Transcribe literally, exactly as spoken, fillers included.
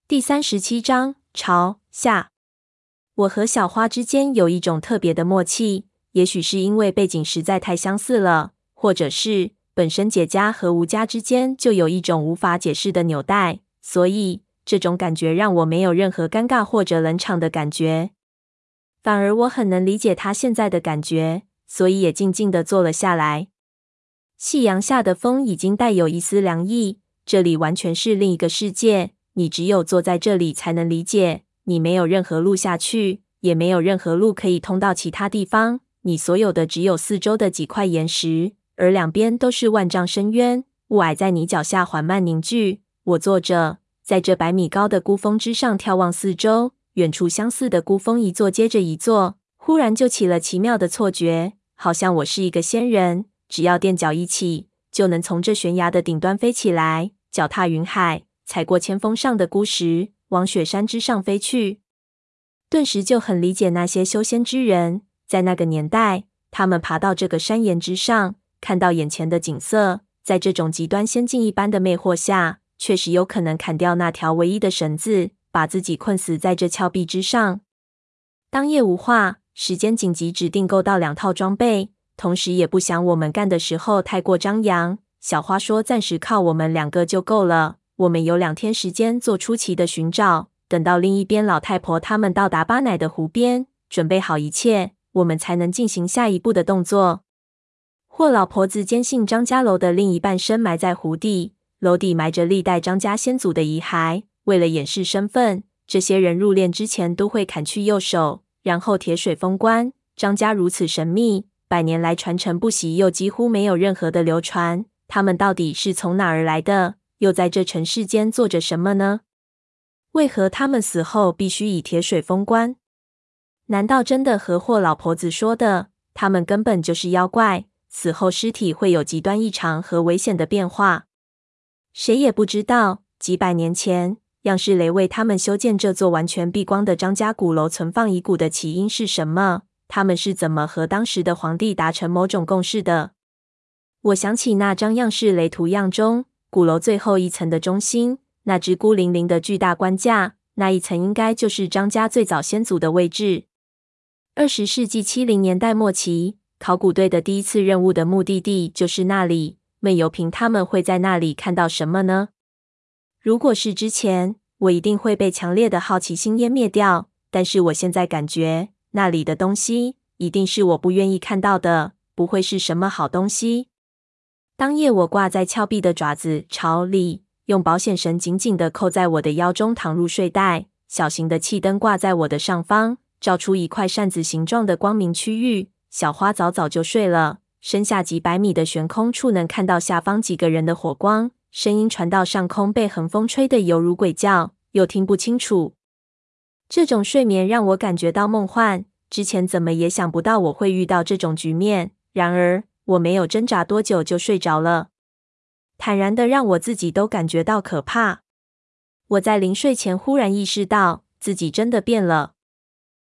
第三十七章朝下。我和小花之间有一种特别的默契，也许是因为背景实在太相似了，或者是本身姐家和吴家之间就有一种无法解释的纽带，所以这种感觉让我没有任何尴尬或者冷场的感觉。反而我很能理解她现在的感觉，所以也静静地坐了下来。夕阳下的风已经带有一丝凉意，这里完全是另一个世界，你只有坐在这里才能理解。你没有任何路下去，也没有任何路可以通到其他地方，你所有的只有四周的几块岩石，而两边都是万丈深渊，雾霭在你脚下缓慢凝聚。我坐着，在这百米高的孤峰之上眺望四周，远处相似的孤峰一座接着一座，忽然就起了奇妙的错觉，好像我是一个仙人，只要踮脚一起，就能从这悬崖的顶端飞起来，脚踏云海，踩过千峰上的孤石，往雪山之上飞去。顿时就很理解那些修仙之人，在那个年代，他们爬到这个山岩之上，看到眼前的景色，在这种极端仙境一般的魅惑下，确实有可能砍掉那条唯一的绳子，把自己困死在这峭壁之上。当夜无话，时间紧急指定购到两套装备，同时也不想我们干的时候太过张扬。小花说暂时靠我们两个就够了，我们有两天时间做出奇的寻找，等到另一边老太婆他们到达巴乃的湖边，准备好一切，我们才能进行下一步的动作。霍老婆子坚信张家楼的另一半深埋在湖底，楼底埋着历代张家先祖的遗骸，为了掩饰身份，这些人入殓之前都会砍去右手，然后铁水封棺。张家如此神秘，百年来传承不息，又几乎没有任何的流传，他们到底是从哪儿来的？又在这尘世间做着什么呢？为何他们死后必须以铁水封棺？难道真的和霍老婆子说的，他们根本就是妖怪，死后尸体会有极端异常和危险的变化？谁也不知道，几百年前，样式雷为他们修建这座完全避光的张家古楼存放遗骨的起因是什么？他们是怎么和当时的皇帝达成某种共识的？我想起那张样式雷图样中，鼓楼最后一层的中心，那只孤零零的巨大棺架，那一层应该就是张家最早先祖的位置。二十世纪七零年代末期，考古队的第一次任务的目的地就是那里。闷油瓶他们会在那里看到什么呢？如果是之前，我一定会被强烈的好奇心湮灭掉，但是我现在感觉，那里的东西一定是我不愿意看到的，不会是什么好东西。当夜我挂在峭壁的爪子朝里，用保险绳紧紧地扣在我的腰中，躺入睡袋。小型的气灯挂在我的上方，照出一块扇子形状的光明区域。小花早早就睡了，身下几百米的悬空处能看到下方几个人的火光，声音传到上空被横风吹得犹如鬼叫，又听不清楚。这种睡眠让我感觉到梦幻，之前怎么也想不到我会遇到这种局面。然而我没有挣扎多久就睡着了，坦然的让我自己都感觉到可怕。我在临睡前忽然意识到自己真的变了。